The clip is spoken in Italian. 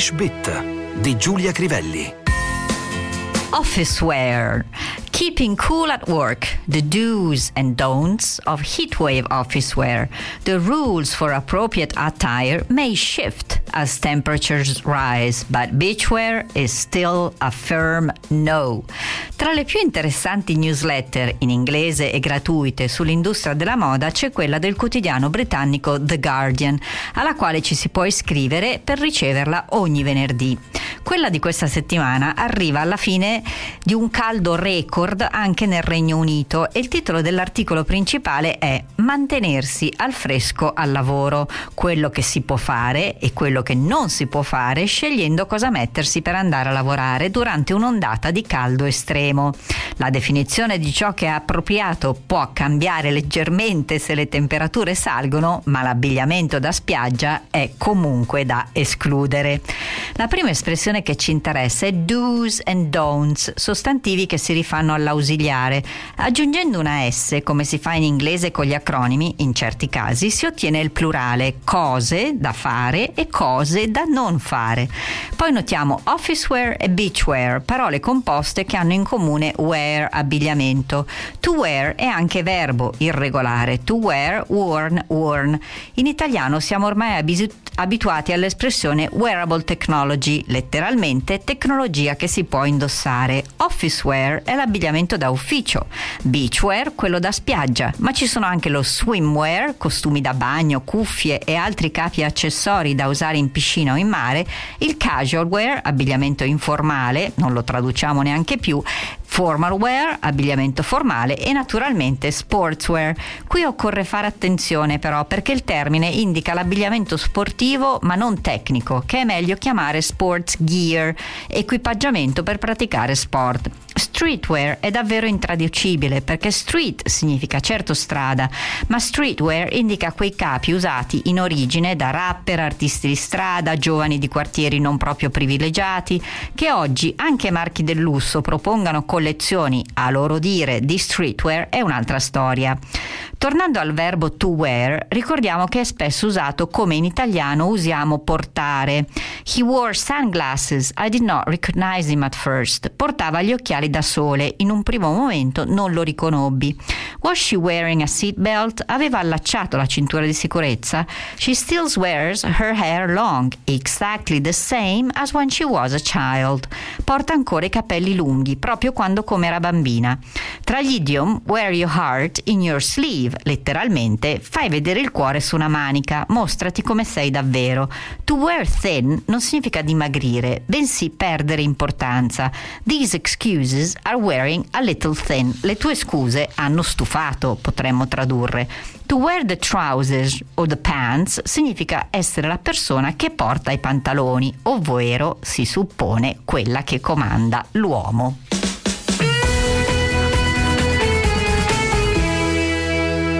English Bit di Giulia Crivelli. Office wear. Keeping cool at work, the do's and don'ts of heatwave office wear. The rules for appropriate attire may shift as temperatures rise, but beachwear is still a firm no. Tra le più interessanti newsletter in inglese e gratuite sull'industria della moda c'è quella del quotidiano britannico The Guardian, alla quale ci si può iscrivere per riceverla ogni venerdì. Quella di questa settimana arriva alla fine di un caldo record anche nel Regno Unito e il titolo dell'articolo principale è Mantenersi al fresco al lavoro, quello che si può fare e quello che non si può fare scegliendo cosa mettersi per andare a lavorare durante un'ondata di caldo estremo. La definizione di ciò che è appropriato può cambiare leggermente se le temperature salgono, ma l'abbigliamento da spiaggia è comunque da escludere. La prima espressione che ci interessa è do's and don'ts, sostantivi che si rifanno all'ausiliare. Aggiungendo una S, come si fa in inglese con gli acronimi, in certi casi si ottiene il plurale cose da fare e cose da non fare. Poi notiamo office wear e beach wear, parole composte che hanno in comune wear, abbigliamento. To wear è anche verbo irregolare, to wear, worn, worn. In italiano siamo ormai abituati all'espressione wearable technology, letteralmente tecnologia che si può indossare. Office wear è l'abbigliamento da ufficio, beach wear quello da spiaggia, ma ci sono anche lo swimwear, costumi da bagno, cuffie e altri capi e accessori da usare in piscina o in mare, il casual wear, abbigliamento informale, non lo traduciamo neanche più, formal wear, abbigliamento formale e naturalmente sportswear. Qui occorre fare attenzione però perché il termine indica l'abbigliamento sportivo ma non tecnico, che è meglio chiamare sports gear, equipaggiamento per praticare sport. Streetwear è davvero intraducibile perché street significa certo strada, ma streetwear indica quei capi usati in origine da rapper, artisti di strada, giovani di quartieri non proprio privilegiati, che oggi anche marchi del lusso propongano collezioni, a loro dire, di streetwear è un'altra storia. Tornando al verbo to wear, ricordiamo che è spesso usato come in italiano usiamo portare. He wore sunglasses, I did not recognize him at first. Portava gli occhiali da sole, in un primo momento non lo riconobbi. Was she wearing a seatbelt? Aveva allacciato la cintura di sicurezza. She still wears her hair long, exactly the same as when she was a child. Porta ancora i capelli lunghi, proprio quando come era bambina. Tra gli idiom, wear your heart in your sleeve, letteralmente fai vedere il cuore su una manica, mostrati come sei davvero. To wear thin non significa dimagrire, bensì perdere importanza. These excuses are wearing a little thin. Le tue scuse hanno stufato, potremmo tradurre. To wear the trousers o the pants significa essere la persona che porta i pantaloni, ovvero si suppone quella che comanda l'uomo.